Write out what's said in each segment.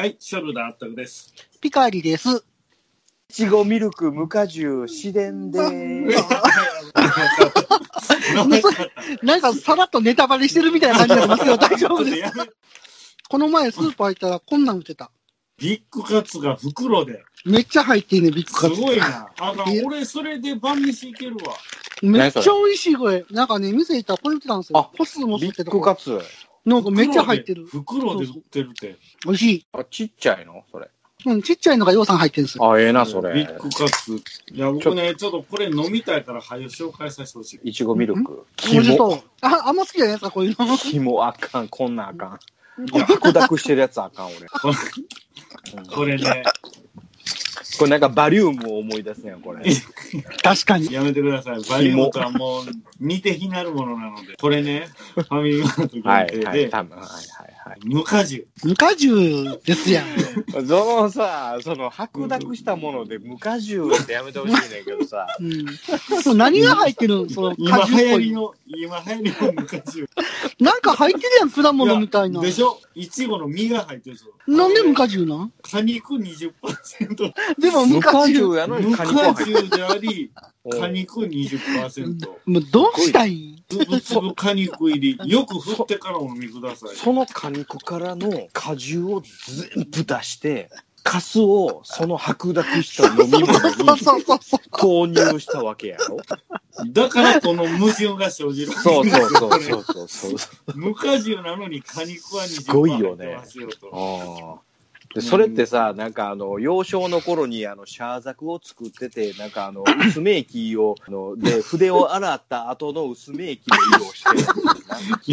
はい、ショルダーあったくです。 ピカリです。 いちごミルク無果汁自然でーす。 なんかさらっとネタバレしてるみたいな感じになってますけど大丈夫ですか？この前スーパー行ったらこんなん売ってた。 ビッグカツが袋で。 めっちゃ入ってんね、ビッグカツ。 すごいな。俺それで晩飯いけるわ。 めっちゃ美味しいこれ。なんかね、店行ったらこれ売ってたんですよ。ポスもビ売ってた。 ッグカツ。 なんかめっちゃ入ってる。 袋で売ってるって。 美味しい。 あ、ちっちゃいのそれ。 うん、ちっちゃいのがようさん入ってるんですよ。 あ、ええな、それ。 ビッグカツ。いや、僕ね、ちょっとこれ飲みたいから、早く紹介させてほしい。 いちごミルク。 美味しそう。あんま好きじゃないですか、こういうの。 キモあかん、こんなんあかん。白濁してるやつあかん、俺。 これね。 これなんかバリウムを思い出すやん、これ。 確かに。 やめてください。バリウムとはもう似て非なるものなので。これね、ファミリーマート限定で。多分、無果汁。 無果汁ですやん。 その白濁したもので無果汁ってやめてほしいねんけどさ。 うん。何が入ってるその今流行りの無果汁。 なんか入ってるやん、果物みたいな。 でしょ？いちごの実が入ってるでしょ。 なんで無果汁なん？ 果肉 20%。 でも無果汁やのに無果汁であり、果肉 20%。 もうどうしたいん？ つぶつぶ果肉入り。よく振ってからお飲みください。 その果肉からの果汁を全部出して、カスをその白濁した飲み物に投入したわけやろ。 だからこの矛盾が生じる。 そう。 無果汁なのに果肉は20% すごいよね。でそれってさ、なんか幼少の頃にシャーザクを作ってて、なんか薄め液を、で、筆を洗った後の薄め液の色をして。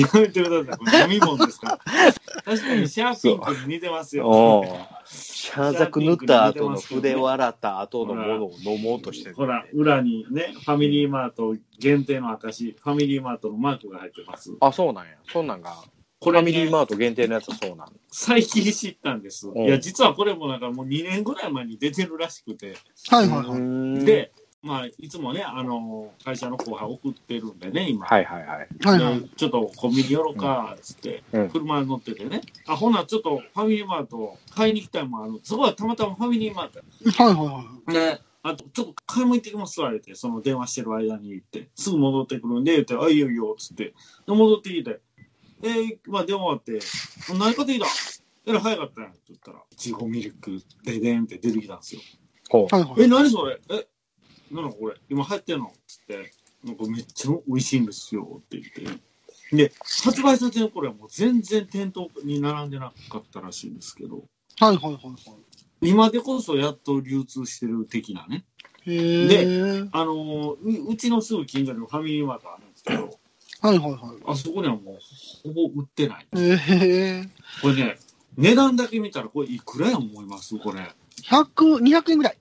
やめてください。これ飲み物ですから。確かにシャーピンクに似てますよ。 シャーザク塗った後の筆を洗った後のものを飲もうとしてる、 ほら、裏にね、ファミリーマート限定の証、ファミリーマートのマークが入ってます。 あ、そうなんや。そんなんが。これファミリーマート限定のやつはそうなの？ 最近知ったんです。いや、実はこれもなんかもう2年ぐらい前に出てるらしくて。 はい。 で、まあ、いつもね、会社の後輩送ってるんでね、今。 はい。 ちょっとコンビニ寄ろうか、つって、車に乗っててね。ほな、ちょっとファミリーマート買いに行きたいもん、そこはたまたまファミリーマート。で、あと、ちょっと買い物行ってきますわ、その電話してる間に言って、すぐ戻ってくるんで、言って、あ、いいよ、つって。で、戻ってきて、まあ、電話終わって、何買ってきた？早かったやんって言ったら、いちごミルク、ででんって出てきたんですよ。何それ？何これ？今流行ってんの？つって、なんかめっちゃ美味しいんですよって言って。で、発売されてる頃はもう全然店頭に並んでなかったらしいんですけど。今でこそやっと流通してる的なね。で、うちのすぐ近所にファミリーマートあるんですけど、あそこにはもうほぼ売ってない。これね、値段だけ見たらこれいくらや思いますこれ。 200円ぐらい。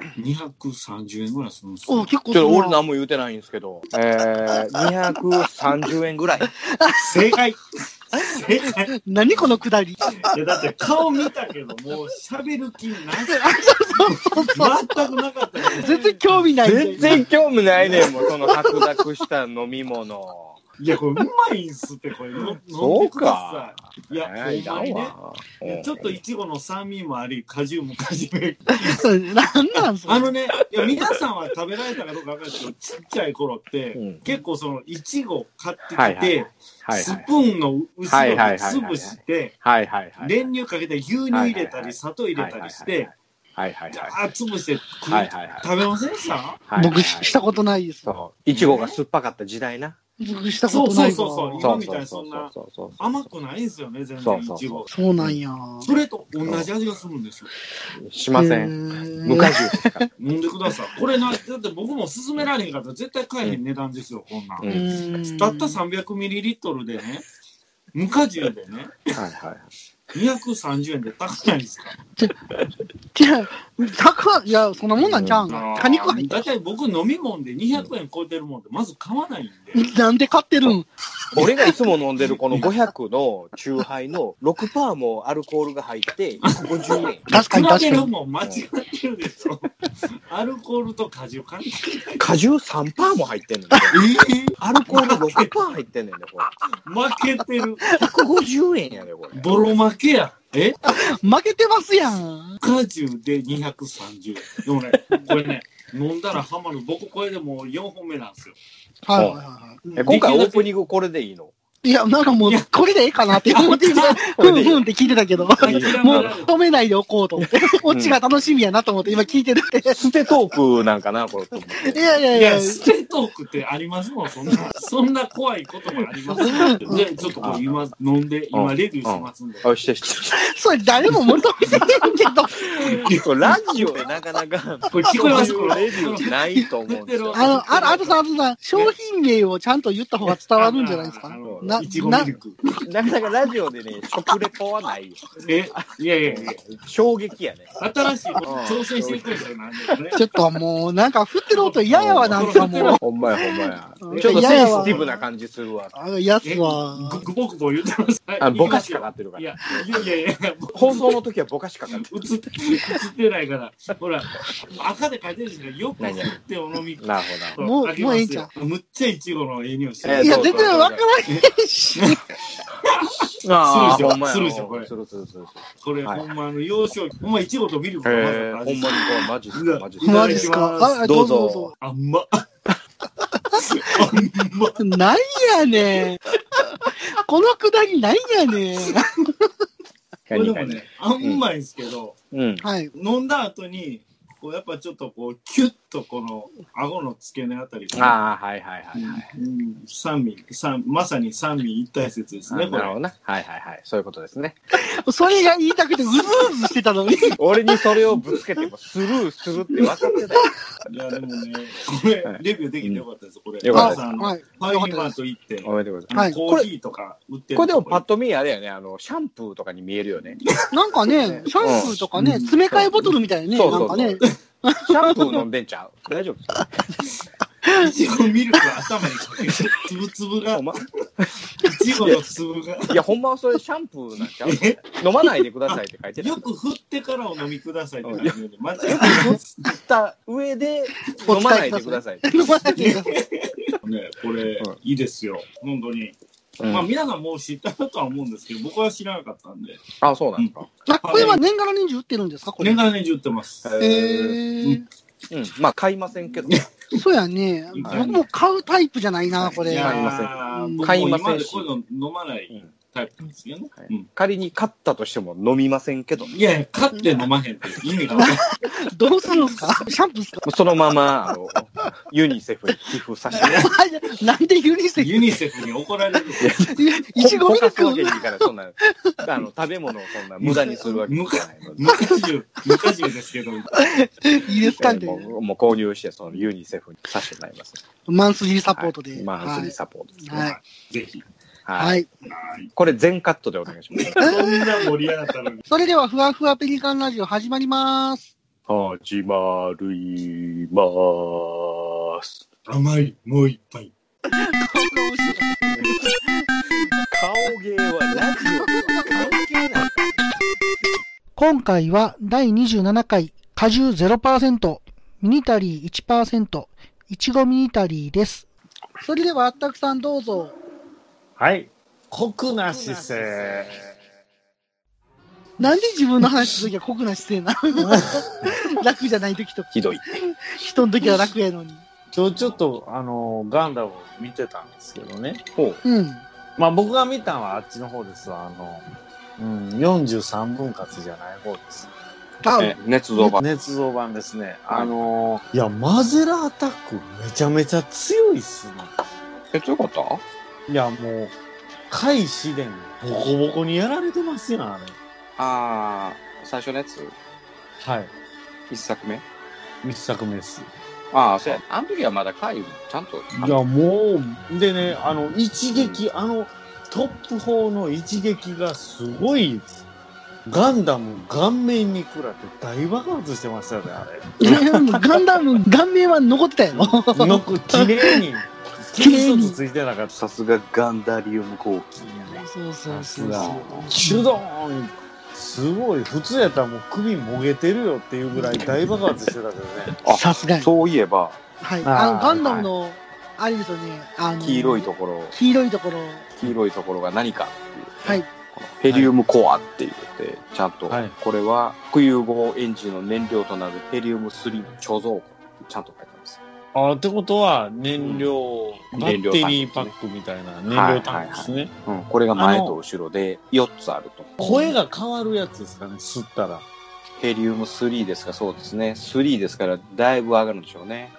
230円ぐらいするんですよ。 結構俺何も言うてないんですけど、230円ぐらい。 正解。 何このくだり。いや、だって顔見たけど、もう喋る気ない。全くなかった。 全然興味ない。 全然興味ないねん、もうその白濁した飲み物。 いや、これうまいんすって、これ。飲んでください。いや、ほんまにね。ちょっといちごの酸味もあり、果汁も果汁。 なんなんすか？ いや、皆さんは食べられたかどうかわかんないですけど、ちっちゃい頃って、結構その、いちご買ってきて、スプーンの後ろに潰して、練乳かけて牛乳入れたり、砂糖入れたりして、潰して食べませんでした？ 僕したことないです。 いちごが酸っぱかった時代な。 したことない。 そう。今みたいにそんな甘くないんですよね、全然いちご。 そうなんや。 それと同じ味がするんですよ。 しません。無果汁ですから。 飲んでください。これだって僕も勧められへんかったら絶対買えへん値段ですよ、こんなん。たった300ml でね、無果汁でね。230円で高くないですか？ いや、そんなもんなんちゃうんか。果肉入ってだいたい僕飲み物で200円超えてるもんで、まず買わないんで。 なんで買ってるん？ 俺がいつも飲んでるこの500のチューハイの 6% もアルコールが入って150円。 確かに。 比べるもん間違ってるでしょ。アルコールと果汁関係ない。 果汁 3% も入ってんねん。アルコール 6% 入ってんねんね、これ。 負けてる。 150円やで、これ。 ボロ負けや。 負けてますやん。 果汁で230。でもね、これね、飲んだらハマる。僕これでもう4本目なんですよ。 はいはいはい。 今回オープニングこれでいいの？ いや、なんかもう、これでええかなって思って今、ふんふんって聞いてたけど、もう止めないでおこうと思って、オチが楽しみやなと思って今聞いてるって。 捨てトークなんかな、これ。 いやいやいや。 捨てトークってありますもん、そんな怖いこともありますで、ちょっとこう今飲んで、今レビューしますんで。 それ誰も求めてへんけど。 ラジオでなかなか、 これ聞こえますか？ レビューないと思うんですよ。 あとさん、商品名をちゃんと言った方が伝わるんじゃないですか？ いちごミルク。 なかなかラジオでね、食レポはないよ。 いや。 衝撃やね。 新しいこと挑戦していくんだよな。 ちょっともう、なんか振ってる音嫌やわ、なんかもう。 ほんまや。ちょっとセンシティブな感じするわ。 やつは。 グボグボ言ってます。 ぼかしかかってるから。いや。放送の時はぼかしかかってる。 映ってないから。ほら、赤で書いてるしね、よく振ってお飲み。 なるほど。 もうええんちゃう。むっちゃいちごのええ匂いしてる。いや、全然わからへんし。 するでしょ、これ。 する。 これ、ほんま幼少期。ほんま、いちごとミルクがまずほんまにマジっすか。 マジっすか。 どうぞ。 あんま。 なんやねん。このくだりなんやねん。 これでもね、あんまいんすけど、飲んだ後に、こうやっぱちょっとこう、キュッとこの、顎の付け根あたりが。はい。 三味、まさに三味一体説ですね、これ。 なるほどな。はい。そういうことですね。 それが言いたくてうずうずしてたのに。 俺にそれをぶつけてもスルーするって分かってたよ。 いや、でもね、これ、レビューできてよかったです、これ。 よかったです。 ファインマート行って、 おめでとうございます。 コーヒーとか売ってる。 これでもパッと見あれやね、シャンプーとかに見えるよね。 なんかね、シャンプーとかね、詰め替えボトルみたいなね、なんかね。 シャンプー飲んでんちゃう？大丈夫ですか？ いちごミルク頭にかけて、つぶつぶが、いちごの粒が。 いや、ほんまはそれシャンプーなんちゃう？飲まないでくださいって書いてる。 よく振ってからお飲みくださいって書いてるんで、 まずよく振った上で飲まないでください。 飲まないでください。 ね、これ、いいですよ。本当に。まあ皆さんもう知ったとは思うんですけど、僕は知らなかったんで。 あ、そうなんですか。 これは年がら年中売ってるんですか？これ。 年がら年中売ってます。 まあ買いませんけど。 そうやね。僕も買うタイプじゃないな、これ。 買いません。 買いませんし。こういうの飲まないタイプなんですよね。 仮に買ったとしても飲みませんけど。 いや、買って飲まへんって意味がない。 どうするんですか？シャンプーですか？ そのまま、ユニセフに寄付させて。 なんでユニセフ？ ユニセフに怒られる。 いちごミルクわけにいかない。そんな、食べ物をそんな無駄にするわけにいかないので。 昔ですけど。いいですかね。 もう購入して、そのユニセフにさせてもらいます。 マンスリーサポートで。 マンスリーサポートですね。 はい。 ぜひ。 はい。 これ全カットでお願いします。 そんな盛り上がったのに。 それでは、ふわふわペリカンラジオ始まります。 始まりまーす。 甘い、もう一杯。 顔芸はラジオ関係ない。 今回は第27回果汁 0%、ミニタリー 1%、いちごミニタリーです。それではあったくさんどうぞ。 はい。酷な姿勢。 なんで自分の話するときは酷な姿勢なの？楽じゃないときと。 ひどい。 人のときは楽やのに。 今日ちょっと、ガンダム見てたんですけどね。 うん。 まあ僕が見たのはあっちの方ですわ。43分割じゃない方です。 捏造版。 捏造版ですね。いや、マゼラアタックめちゃめちゃ強いっすね。 強かった？ いや、もう、海試練ボコボコにやられてますよ、あれ。 最初のやつ？ はい。 一作目です。 そうや。あの時はまだ海ちゃんと。 いや、もう、でね、一撃、トップ4の一撃がすごい、ガンダム顔面に食らって大爆発してましたよね、あれ。 ガンダム顔面は残ってたよ。 綺麗に。一つついてなかった。 さすがガンダリウム後期。 そう。 シュドーンすごい。普通やったらもう首もげてるよっていうぐらい大爆発してたけどね。 さすがに。 そういえば。 はい。ガンダムの、あれですよね。 黄色いところ。 黄色いところが何かっていう。 はい。 このヘリウムコアって言って、ちゃんと、これは核融合エンジンの燃料となるヘリウム3の貯蔵庫、ちゃんと書いてます。 ってことは、燃料、バッテリーパックみたいな燃料タンクですね。 これが前と後ろで4つあると。 声が変わるやつですかね、吸ったら。 ヘリウム3ですか、そうですね。3ですから、だいぶ上がるんでしょうね。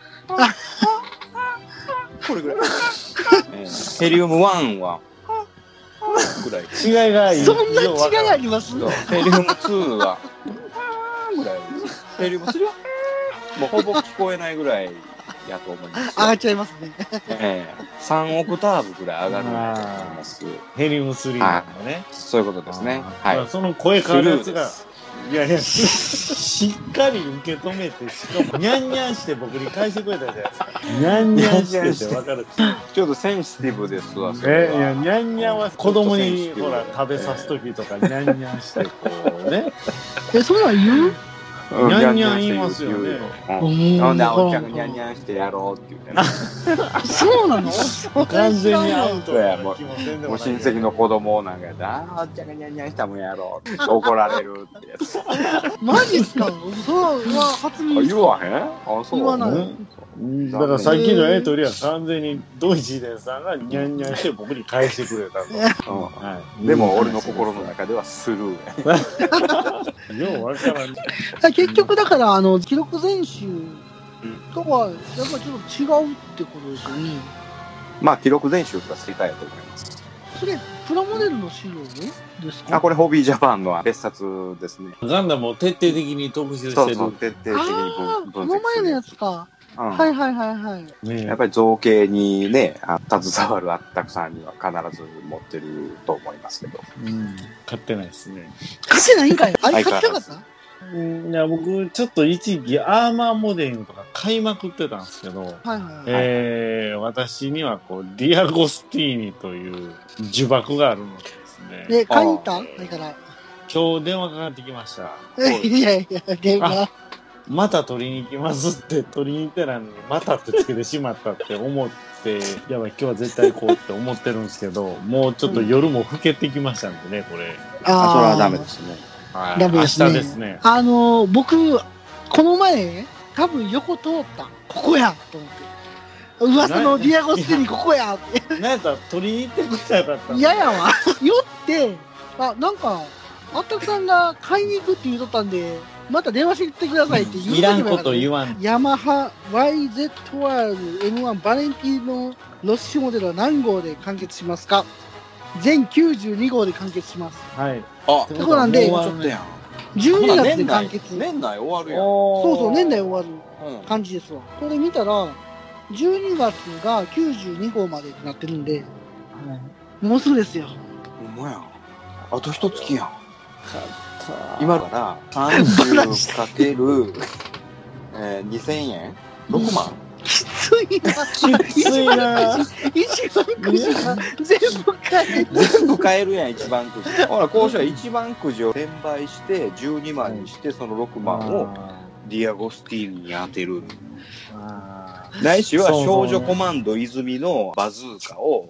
これぐらい。ヘリウム1は、ぐらい。 違いがいい。 そんな違いあります？ ヘリウム2は、ぐらい。ヘリウム3は、もうほぼ聞こえないぐらいやと思います。 上がっちゃいますね。 3オクターブぐらい上がると思います。 ヘリウム3なんだね。 そういうことですね。はい。 その声変わるやつが、いやいや、しっかり受け止めて、しかも、ニャンニャンして僕に返してくれたじゃないですか。ニャンニャンしてって分かる。 ちょっとセンシティブですわ、 いや、ニャンニャンは子供に、ほら、食べさすときとか、ニャンニャンして、こうね。 そんなん言う？ ニャンニャン言いますよね。 ほんで、おっちゃんがニャンニャンしてやろうって言ってね。 そうなの？ 完全にアウトや。 もう親戚の子供なんかおっちゃんがニャンニャンしたもんやろうって怒られるってやつ。 マジっすか？そうは初耳。 言わへん？そう。 言わない。 だからさっきの絵とりは完全にドイツ伝さんがニャンニャンして僕に返してくれたと。 でも俺の心の中ではスルーや。ようわからん。 結局だから記録全集とはやっぱりちょっと違うってことですよね。 まあ記録全集とは正解だと思います。 それプラモデルの資料ですか？ これホビージャパンの別冊ですね。 ガンダムを徹底的に特集してる。 そう徹底的に分析する。 この前のやつか。はいはいはいはい。 やっぱり造形にね、携わるあったくさんには必ず持ってると思いますけど。 買ってないですね。 買ってないんかい？あれ買ってなかった？ いや、僕、ちょっと一時期アーマーモデルとか買いまくってたんですけど、私にはこう、ディアゴスティーニという呪縛があるのですね。 買いに行った？だから。 今日電話かかってきました。 いやいや、電話。 また取りに行きますって取りに行ってないのに、またってつけてしまったって思って、やばい、今日は絶対行こうって思ってるんですけど、もうちょっと夜も更けてきましたんでね、これ。 それはダメですね。 ダメですね。 明日ですね。 僕、この前、多分横通った。ここやと思って。噂のディアゴスティーニここやって。 なんやったら取りに行ってくれたらよかった。 いややわ。酔って、なんか、あったくさんが買いに行くって言うとったんで、また電話してってくださいって言う。 いらんこと言わん。 ヤマハ YZR-M1 バレンティーノロッシュモデルは何号で完結しますか？全92号で完結します。 はい。 そうなんで、12月で完結。 年内終わるやん。 そう、年内終わる感じですわ。これ見たら、12月が92号までになってるんで、もうすぐですよ。 ほんまやん。あと一月やん。今から30かける2000円 ?6 万きついな。 きついな。 一番くじが全部買える。 全部買えるやん、一番くじ。ほら、こうしたら一番くじを転売して12万にしてその6万をディアゴスティーニに当てる。ないしは少女コマンド泉のバズーカを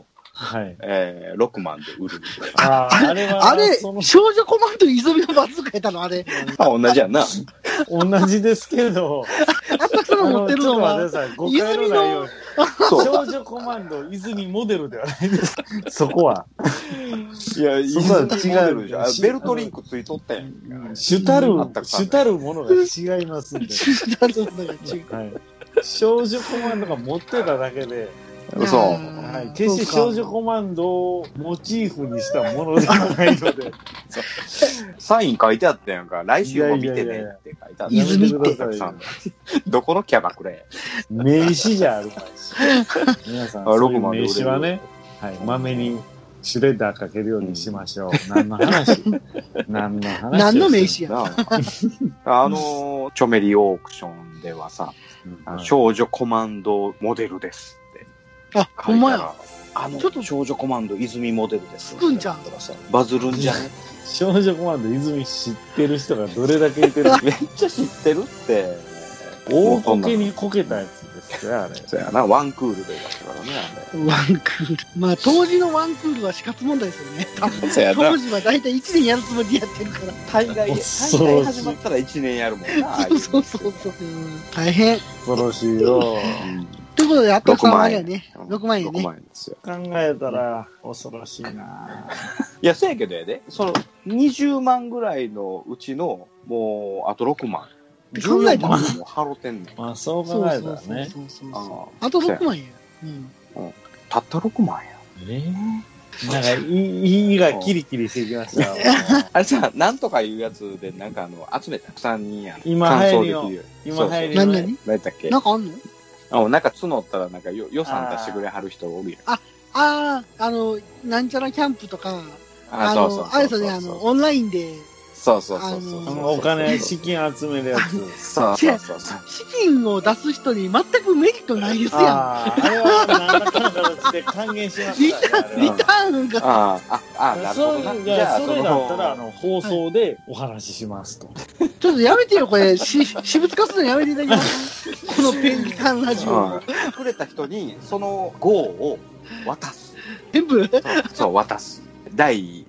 6万で売る。 あれ、少女コマンド泉のバズーカやったのあれ。 同じやんな。 同じですけど。 あったくさん持ってるのは、 泉の少女コマンド泉モデルではないです。そこは。 いや、泉モデルじゃん。ベルトリンクついとったやん。 主たるものが違いますんで。 主たるものが違う。 少女コマンドが持ってただけで、 そう。 はい。決して少女コマンドをモチーフにしたものではないので。 サイン書いてあったやんか。来週も見てねって書いてあった。 泉って。 どこのキャバクラや。 名刺じゃあるまいし。皆さん、そういう名刺はね、はい、まめにシュレッダーかけるようにしましょう。何の話何の名刺や。 チョメリオークションではさ、少女コマンドモデルですって。 ほんまや。 ちょっと少女コマンド泉モデルです。 つくんちゃん。 バズるんじゃね？ 少女コマンド泉知ってる人がどれだけいてる？ めっちゃ知ってるって。 大こけにこけたやつですそうやね。 そうやな、ワンクールでだったからね、あれ。 ワンクール。まあ、当時のワンクールは死活問題ですよね。 そうやな当時は大体1年やるつもりでやってるから。 大概始まったら1年やるもんな。 そう。大変。 恐ろしいよ。 ということで、あったくさんはあれやね。6万円ね。 6万円ですよ。 考えたら恐ろしいな。 いや、せやけどやで、その20万ぐらいのうちの、もう、あと6万。 考えたらもう払ってんねん。 まあ、そう考えたらね。 あと6万円。 たった6万や。 なんか、胃がキリキリしてきました。 あれさ、なんとかいうやつで、なんか集めた3人や。 今流行りの。 何やったっけ？ なんかあんの？ なんか募ったら、なんか予算出してくれはる人おるやん。 なんちゃらキャンプとか、 あれですね、オンラインで、 そう。 お金、資金集めるやつ。 そう。 資金を出す人に全くメリットないですやん。 あれは何らかの形で還元しますからね。 リターンが。 なるほどな。 じゃあ、それだったら、放送でお話ししますと。 ちょっとやめてよ、これ。私物化するのやめていただきます。このペンタンラジオ。 くれた人に、その号を渡す。 全部？ そう、渡す。第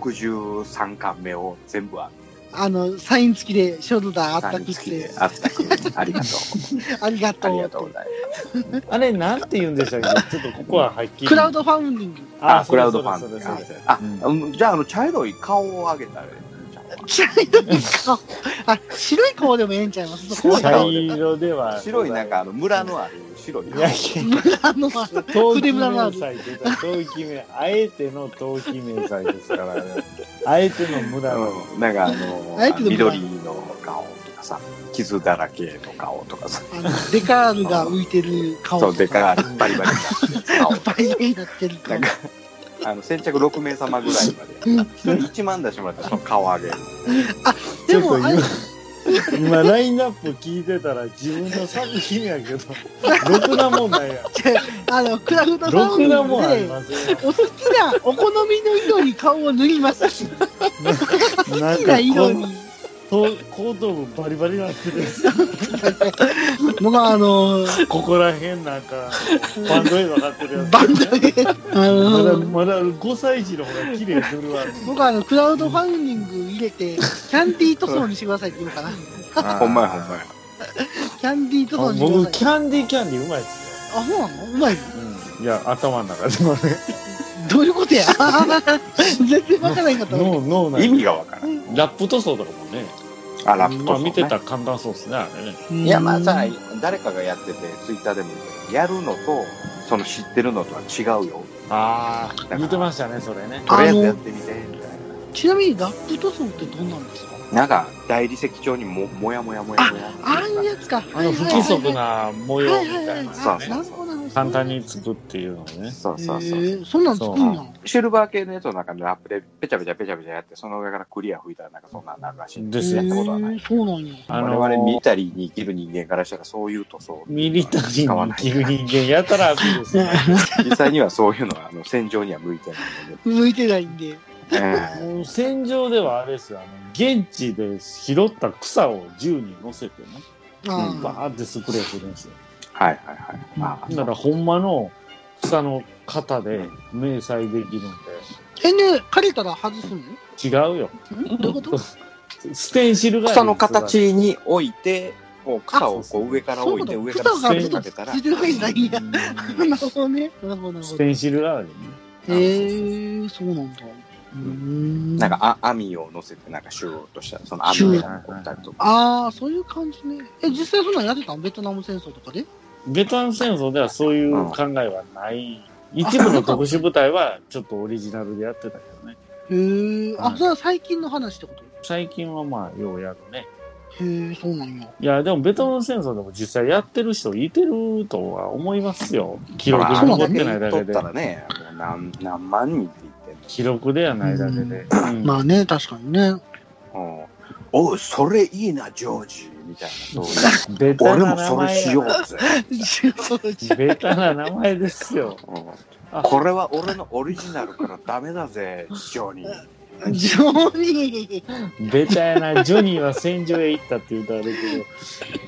63巻目を全部サイン付きで、ショルダーあったくって。 あったく。ありがとう。 ありがとう。 ありがとうございます。 あれ、なんて言うんでしたっけ？ちょっとここははっきり。 クラウドファウンディング。 クラウドファウンディング。じゃあ、茶色い顔をあげたら茶色い顔。白い顔でもええんちゃいます？ 茶色では。 白いなんか村のある白い顔。 村のある。筆村のある。 陶器名、あえての陶器名祭ですからね。あえての村の。 なんか緑の顔とかさ、傷だらけの顔とかさ。 デカールが浮いてる顔。 そう、デカールバリバリになってる顔。 バリバリになってる顔。 先着6名様ぐらいまで。1人1万出してもらったらその顔あげる。 でも、 今、ラインナップ聞いてたら自分の作品やけど、ろくなもんないや。 クラフトファウンディングで、お好きなお好みの色に顔を塗ります。好きな色に。 後頭部バリバリなってる。 僕はここら辺なんか、バンドエイド貼ってるやつ。 バンドエイドまだ5歳児の方が綺麗するわ。 僕はクラウドファウンディング入れて、キャンディー塗装にしてくださいって言うかな。 ほんまや。 キャンディー塗装にしてください。 僕、キャンディーうまいっすよ。そうなのうまいの？いや、頭の中でもね。 どういうことや全然わからないかった。 意味がわからない。 ラップ塗装とかもね。 ラップ塗装ね。 見てたら簡単そうですね、あれね。 いや、まあさ、誰かがやってて、ツイッターでもやるのと、その知ってるのとは違うよ。 言ってましたね、それね。 とりあえずやってみて、みたいな。 ちなみにラップ塗装ってどんなんですか？ なんか、大理石調にもやもや。 ああいうやつか。 不規則な模様みたいな。簡単に作っていうのね。 そう。 そんなん作るんや。 シルバー系のやつの中でラップでペチャペチャやって、その上からクリア吹いたらなんかそんなんなるらしいんですよ。 そうなんや。 我々ミリタリーに生きる人間からしたらそういう塗装。 ミリタリーに生きる人間やたら熱いですね。 実際にはそういうのは戦場には向いてないので。向いてないんで。 戦場ではあれですよ。現地で拾った草を銃に乗せてね。バーってスプレーするんですよ。 はい。 だからほんまの草の型で明細できるんで。 ね、借りたら外すの？ 違うよ。 どういうこと？ ステンシルが草の形に置いて、草を上から置いて、上からステンかけたら。 ついてるわけじゃないんや。なるほどね。 ステンシルがあるね。 そうなんだ。 なんか網を乗せてなんかシューッとしたその網が残ったりとか。そういう感じね。実際そんなんやってたの？ベトナム戦争とかで？ ベトナム戦争ではそういう考えはない。一部の特殊部隊はちょっとオリジナルでやってたけどね。 それは最近の話ってこと？ 最近はまあようやるね。 そうなんや。 いや、でもベトナム戦争でも実際やってる人いてるとは思いますよ。記録に残ってないだけで。 取ったらね、もう何万人って言ってんの。 記録ではないだけで。 まあね、確かにね。 おう、それいいな、ジョージ。みたいな。そう俺もそれしようぜ。 ベタな名前ですよ。 これは俺のオリジナルからダメだぜ、ジョニー。 ジョニーベタやな、ジョニーは戦場へ行ったって言うたらあるけど、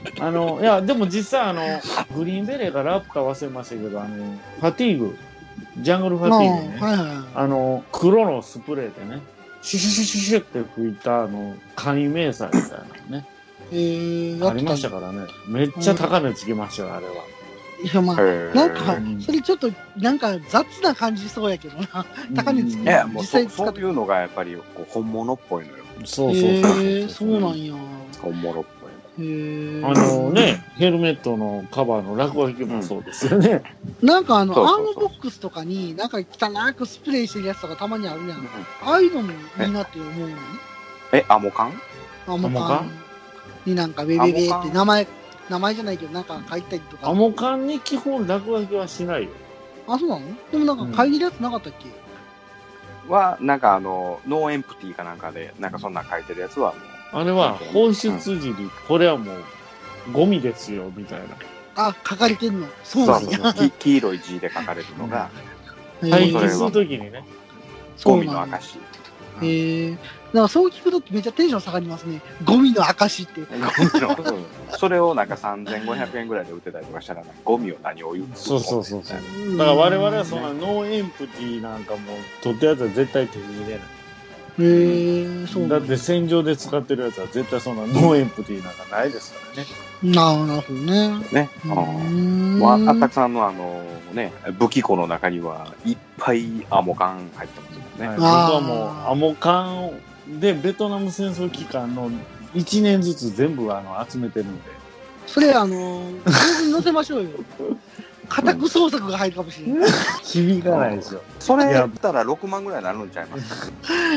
いや、でも実際グリーンベレーかラップか忘れましたけど、ファティーグ、ジャングルファティーグね。 はいはい。 黒のスプレーでね、シュシュシュシュシュって吹いた、簡易迷彩みたいなのね。ありましたからね。めっちゃ高値つきましたよ、あれは。 いや、まあ、なんか、それちょっと、なんか雑な感じそうやけどな。高値つき。 いや、もうそういうのがやっぱり本物っぽいのよ。 そうそうそう。 そうなんや。 本物っぽい。 ね、ヘルメットのカバーの落書きもそうですよね。 なんかアームボックスとかに、なんか汚くスプレーしてるやつとかたまにあるやん。ああいうのもいいなって思うのね。 アモカンアモカンになんかベベベって名前じゃないけどなんか書いたりとか。 アモカンに基本落書きはしないよ。 あ、そうなの？でもなんか書いてるやつなかったっけ？ は、なんかノーエンプティかなんかで、なんかそんなん書いてるやつはもう。 あれは放出時に、これはもうゴミですよ、みたいな。 あ、書かれてんの。そうなんや。 黄色い字で書かれるのが、 廃棄するときにね。 ゴミの証。 なんかそう聞くとめっちゃテンション下がりますね。ゴミの証って。 それをなんか3500円ぐらいで売ってたりとかしたら、ゴミを何を言うの？ そう。だから我々はそんなノーエンプティなんかも取ったやつは絶対手に入れない。 そうだって戦場で使ってるやつは絶対そんなノーエンプティなんかないですからね。 なるほどね。 ね。あったくさんのね、武器庫の中にはいっぱいアモカン入ってますもんね。 僕はもうアモカンでベトナム戦争期間の1年ずつ全部集めてるんで。 それブログに載せましょうよ。家宅捜索が入るかもしれない。 響かないですよ。 それやったら6万ぐらいになるんちゃいます？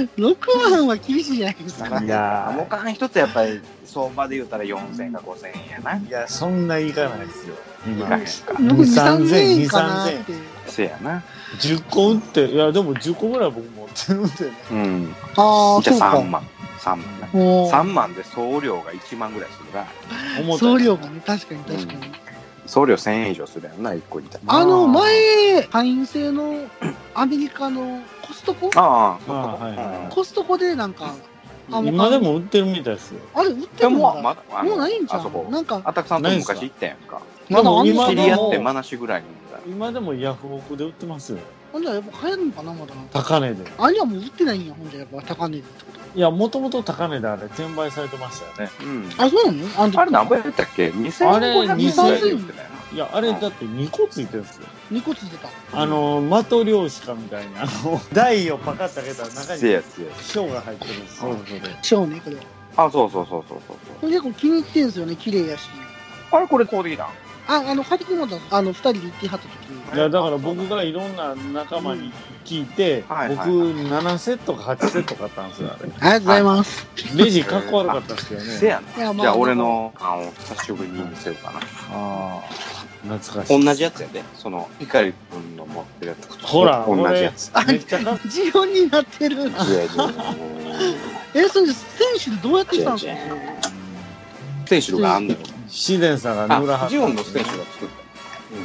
6 万は厳しいじゃないですか。 いやアモカン一つやっぱり相場で言ったら4000円か5000円やな。 いや、そんないかないですよ。 いかへんか。 2、3000円かなって。 せやな。 10個売って、いや、でも10個ぐらい僕持ってるんでね。 ああ、 じゃあ3万。3万で送料が1万ぐらいするな。送料がね、確かに。 送料1000円以上するやんな、1個いたら。前、会員制のアメリカのコストコ？コストコでなんか、 今でも売ってるみたいですよ。 あれ、売ってるの？もうないんちゃう？なんか、 あたくさんと昔行ったやんか。 まだ今知り合ってまなしぐらいに。 今でもヤフオクで売ってますよ。 ほんじゃやっぱ買えるのかな、まだ。 高値で。 あれはもう売ってないんや、ほんじゃやっぱ高値でってこと。 いや、もともと高値であれ、転売されてましたよね。 あ、そうなの？ あれ何倍やったっけ？ 2500円ぐらいで売ってたよな。 いや、あれだって2個ついてるんですよ。 2個ついてた。 的漁師かみたいな、台をパカッと開けたら中にショーが入ってるんですよ。 ショーね、これは。 あ、そう。これ結構気に入ってんですよね、綺麗やし。 あれ、これ買うてきたん？ 買ってきました。2人で行ってはった時に。 いや、だから僕がいろんな仲間に聞いて、僕7セットか8セット買ったんですよ、あれ。 ありがとうございます。 レジかっこ悪かったですけどね。 せやな。じゃあ、俺の久しぶりに見せようかな。 懐かしい。 同じやつやで。ヒカリ君の持ってるやつ。 ほら、 同じやつ。 めっちゃ自分になってる。それ選手でどうやってしたんですか？ 選手があんのよ。 シデンさんが塗らはった。ジオンのステンシルが作った。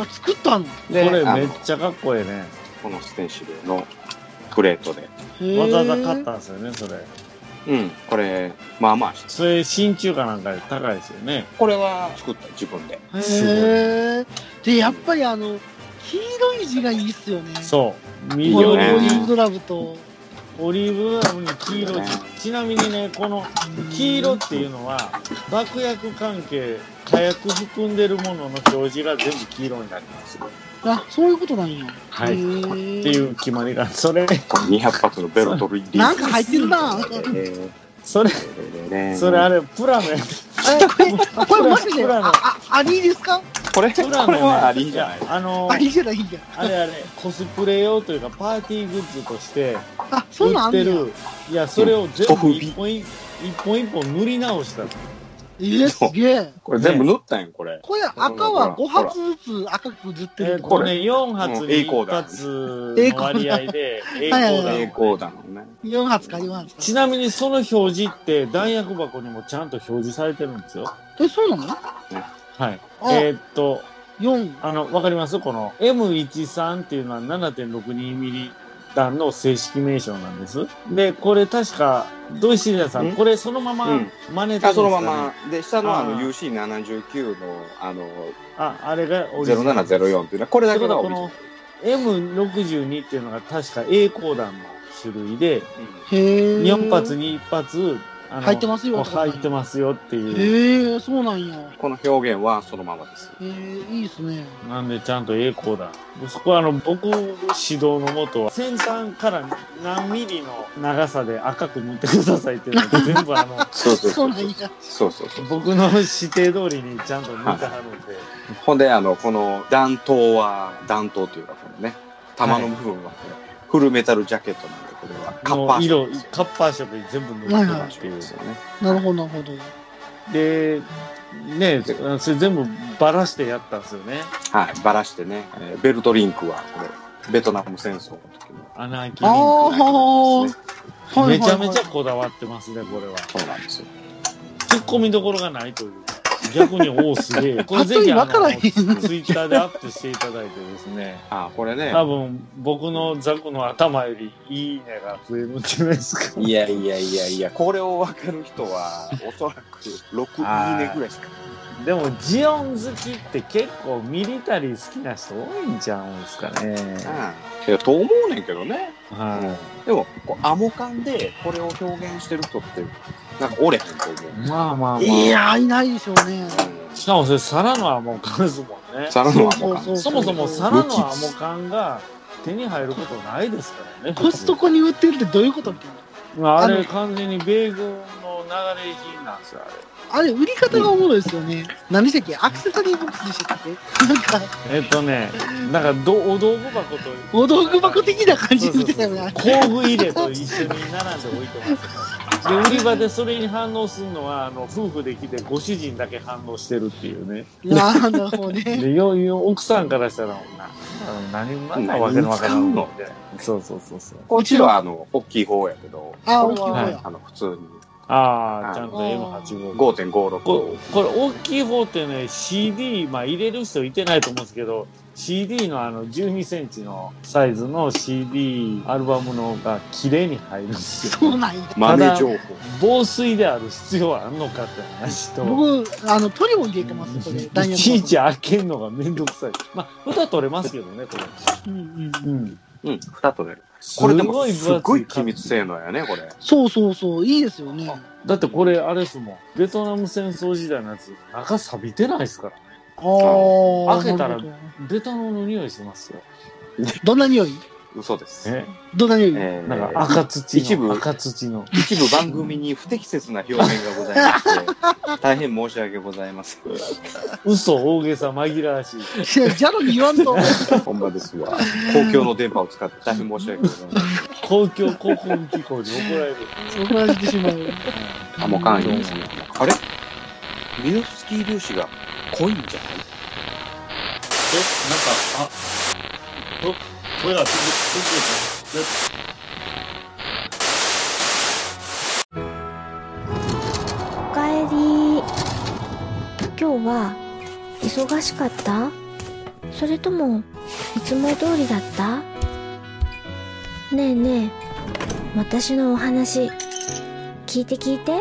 作ったの？これめっちゃかっこいいね。 このステンシルのプレートで。 わざわざ買ったんですよね、それ。 これ、まあまあして。 それ、真鍮かなんかで高いですよね。 これは作った、自分で。 で、やっぱり黄色い字がいいっすよね。 そう。 オリーブドラブと。 オリーブドラブに黄色い。ちなみにね、この黄色っていうのは、爆薬関係、火薬含んでるものの表示が全部黄色になります。 あ、そういうことなんや。 はい。っていう決まりが、それ。 200発のベルトルイディ。 なんか入ってるな。 それあれ、プラのやつ。 これもしかして、アリですか？ これはアリじゃない。 アリじゃないんや。 あれ、コスプレ用というか、パーティーグッズとして、 売ってる。いや、それを全部一本塗り直した。 すげえ。 これ全部塗ったんやん、これ。 これ赤は5発ずつ赤く塗ってる。 これ4発に1発の割合で、 栄光弾のね。 4発か4発か。 ちなみにその表示って弾薬箱にもちゃんと表示されてるんですよ。 そうなの？ はい。わかります？この M13 っていうのは 7.62 ミリ弾の正式名称なんです。で、これ確か土井シリアさん、これそのまま真似てるんですかね、 そのまま。で、下のUC79 の、 あれが 0704っていうのは、これだけがこの M62 っていうのが確か A 光弾の種類で、4発に1発、 入ってますよ。 入ってますよっていう。 そうなんや。 この表現はそのままです。 いいですね。 なんでちゃんと A 光弾。そこは僕指導のもとは、先端から何ミリの長さで赤く塗ってくださいっていうのが全部そうなんや。 そう。 僕の指定通りにちゃんと塗ってはるので。 ほんで、この弾頭というか、このね、弾の部分はこれ、フルメタルジャケットなんで、これはカッパー色に全部塗ってますっていうですよね。 なるほど。 で、ね、それ全部バラしてやったんですよね。 はい、バラしてね。ベルトリンクは、これ、ベトナム戦争の時の。 穴開きリンクですね。めちゃめちゃこだわってますね、これは。 そうなんですよ。 突っ込みどころがないというか。逆にすげえ。これぜひツイッターでアップしていただいてですね。 これね。 多分僕のザクの頭よりいいねが増えるんじゃないですか。 いや、これを分かる人は、おそらく6いいねぐらいしか。 でも、ジオン好きって結構ミリタリー好きな人多いんちゃうんですかね。 と思うねんけどね。でも、アモカンでこれを表現してる人って、なんかおれへんと思う。 まあ。 いや、いないでしょうね。 しかもそれ、皿のアモカンですもんね。 皿のアモカン。 そもそも皿のアモカンが手に入ることないですからね。 コストコに売ってるってどういうことってあれ、完全に米軍の流れ品なんですよ、あれ。 あれ、売り方がおもろいですよね。何でしたっけ？アクセサリーボックスでしたっけ？ なんか、お道具箱と。 お道具箱的な感じで売ってたよね。 工具入れと一緒に並んで置いてますで、売り場でそれに反応するのは、夫婦で来てご主人だけ反応してるっていうね。 なるほどね。 で、奥さんからしたら、何わけのわからんので。そう。 こっちは、大きい方やけど。 大きい方や。 普通に。 ちゃんと M85。 5.56。 これ、大きい方ってね、CD、入れる人いてないと思うんですけど、CD の12センチのサイズの CD アルバムのが綺麗に入るんですよ。 そうなんや。 豆情報。 防水である必要はあるのかって話と。 僕、塗料入れてます、これ。 いちいち開けるのがめんどくさい。蓋取れますけどね、これ。 蓋取れる。これでもすごい機密性能やね、これ。 そう。いいですよね。 だってこれ、あれですもん。ベトナム戦争時代のやつ、中錆びてないですから。開けたら、ベトナムの匂いしますよ。 どんな匂い？ 嘘です。 どんな匂い？ なんか赤土の。 一部番組に不適切な表現がございまして、大変申し訳ございません。 嘘、大げさ、紛らわしい。 いや、ジャロに言わんと。 ほんまですわ。公共の電波を使って大変申し訳ございません。 公共広報機構に怒られる。 怒られてしまう。 もう関与ですね。あれミノフスキー粒子が濃いんじゃない？ これはおかえり。今日は忙しかった？それともいつも通りだった？ねえねえ、私のお話聞いて。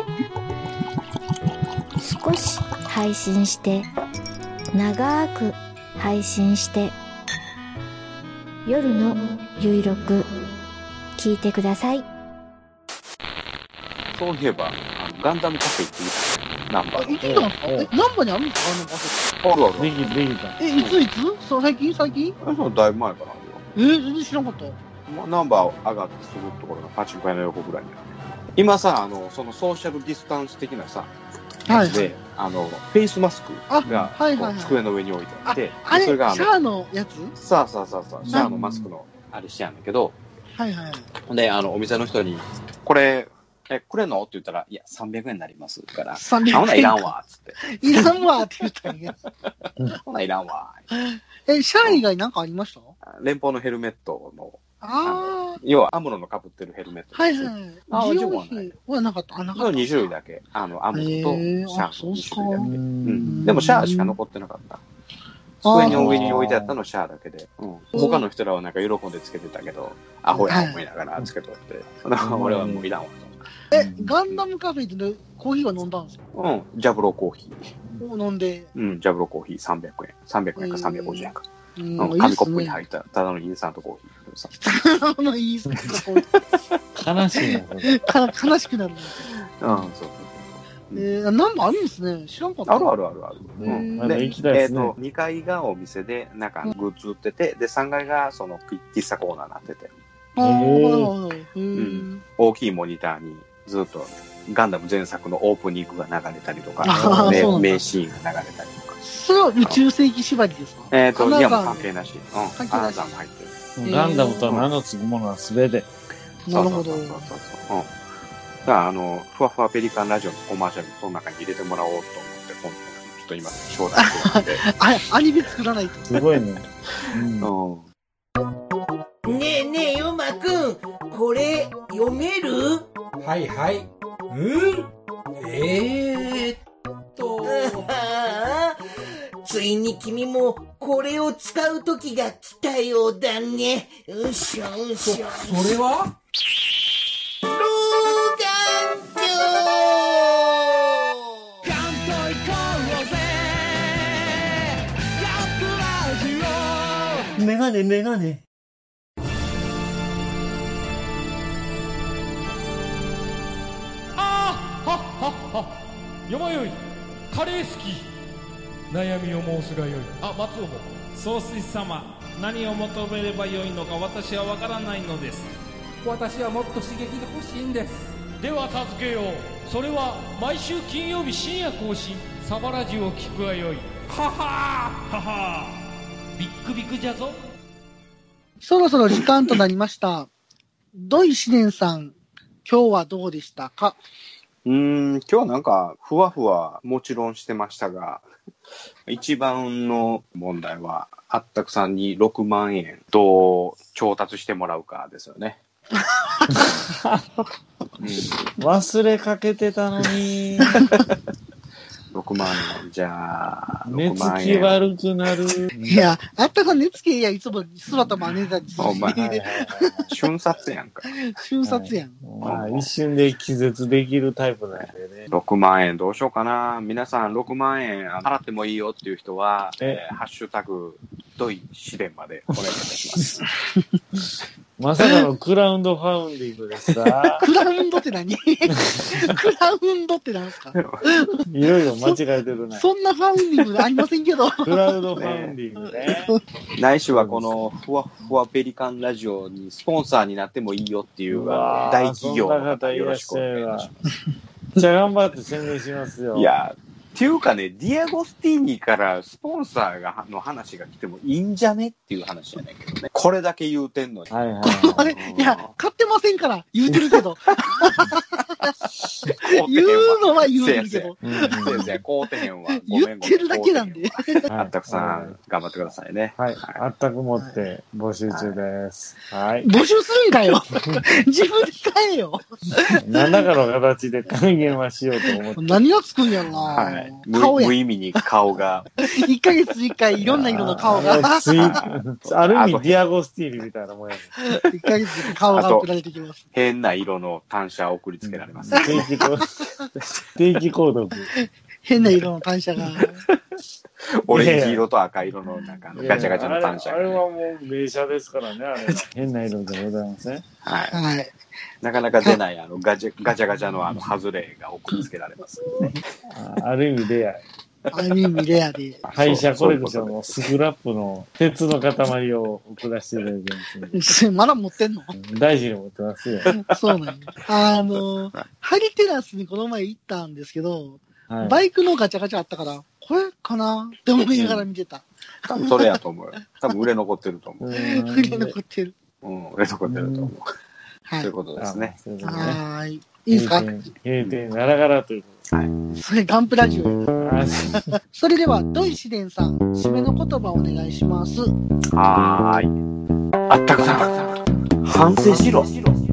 少し配信して、長く配信して、夜のゆいろく聞いてください。 そういえば、ガンダムカフェ行ってみた。ナンバー。 行ってたんですか？ナンバーにあるんですか？あの場所。 できた。 いつ？そう、最近？ だいぶ前からあるよ。全然知らなかった。 ナンバー上がってすぐところがパチンコ屋の横ぐらいにある。今さ、そのソーシャルディスタンス的なさ、で、フェイスマスクが机の上に置いてあって、それがシャアのやつ？ そう、シャアのマスクのあれしてやんだけど、で、お店の人に、これ、くれんのって言ったら、いや、300円になりますから、ほないらんわ、つって。 いらんわって言ったんや。 ほないらんわ。 シャア以外なんかありました？ 連邦のヘルメットの、要はアムロの被ってるヘルメット。 ジオンはなかった。 2種類だけ。アムロとシャアの2種類だけ。でもシャアしか残ってなかった。机の上に置いてあったのシャアだけで。他の人らはなんか喜んでつけてたけど、アホや思いながらつけとって。俺はもういらんわと。 ガンダムカフェでコーヒーは飲んだんですか？ うん、ジャブロコーヒー。飲んで。 うん、ジャブロコーヒー300円。300円か350円か。紙コップに入った、ただのインスタントコーヒー。ただのインスタントコーヒー。悲しいな。 悲しくなる。 うん、そう。 何もあるんですね。知らんかった。 ある。 うん。で、行きたいですね。 2階がお店で、なんかグッズ売ってて、で、3階がその喫茶コーナーになってて。大きいモニターにずっとガンダム前作のオープニングが流れたりとか、名シーンが流れたりとか。 それは宇宙世紀縛りですか？ いや、もう関係なし。関係なし。も入ってる。ガンダムと名の付くものは全て。 なるほど。 だからふわふわペリカンラジオのコマーシャルもその中に入れてもらおうと思って、今度、ちょっと今、将来してるんで。 アニメ作らないと。 すごいね。 ねえ、ヨマくん、これ、読める？ はいはい。 ついに君もこれを使う時が来たようだね。 それは？ 老眼鏡！ ガンと行こうぜ！ガンプラジオ！ メガネ。 よまよい、カレー好き。悩みを申すがよい。松尾も。 総帥様、何を求めればよいのか私はわからないのです。 私はもっと刺激が欲しいんです。では授けよう。それは毎週金曜日深夜更新、サバラジュを聞くがよい。ははビックビックじゃぞ。 そろそろ時間となりました。土井紫蓮さん、今日はどうでしたか？ 今日はなんか、ふわふわもちろんしてましたが、一番の問題は、あったくさんに6万円どう調達してもらうかですよね。 忘れかけてたのに。 6万円、じゃあ、 目つき悪くなる。 いや、あったか寝つけいや、いつも姿真似たりする。 お前、瞬殺やんか。 瞬殺やん。 一瞬で気絶できるタイプなんでね。 6万円どうしようかな。皆さん6万円払ってもいいよっていう人は、ハッシュタグ、土井試練までお願いいたします。 まさかのクラウンドファウンディングですか？ クラウンドって何？クラウンドって何すか？ いろいろ間違えてるね。 そんなファウンディングありませんけど。 クラウドファウンディングね。 ないしはこのふわふわペリカンラジオにスポンサーになってもいいよっていう大企業の方よろしくお願いします。 じゃあ頑張って宣伝しますよ。 いや、っていうかね、ディアゴスティーニからスポンサーの話が来てもいいんじゃねっていう話じゃないけどね。これだけ言うてんのに。 いや、買ってませんから言うてるけど。言うのは言うてるけど。 先生、買うてへんわ。 言ってるだけなんで。 あったくさん、頑張ってくださいね。 はい。あったく持って募集中です。はい。 募集するんかよ。自分で買えよ。 何らかの形で還元はしようと思って。 何がつくんやろな。 はい。無意味に顔が。 1ヶ月1回いろんな色の顔が。 ある意味、ディアゴスティーニみたいなもんやね。 1ヶ月1回顔が送られてきます。 変な色の単車を送りつけられます。 定期購読。 変な色の単車が。 オレンジ色と赤色のなんかガチャガチャの単車が。 あれはもう名車ですからね、あれは。変な色でございますね。 はい。なかなか出ないガチャガチャの外れが送りつけられますね。 ある意味レア。 ある意味レアで。 廃車コレクションのスクラップの鉄の塊を送らせていただきます。 まだ持ってんの？ 大事に持ってますよ。 そうなんや。ハリテラスにこの前行ったんですけど、バイクのガチャガチャあったから、これかなって思いながら見てた。 多分それやと思うよ。多分売れ残ってると思う。 売れ残ってる。 売れ残ってると思う。はい。そういうことですね。 はい。いいですか？ 閉店ガラガラということです。はい。それガンプラジオ。それでは、土井紫蓮さん、締めの言葉をお願いします。 はーい。あったくさん、反省しろ。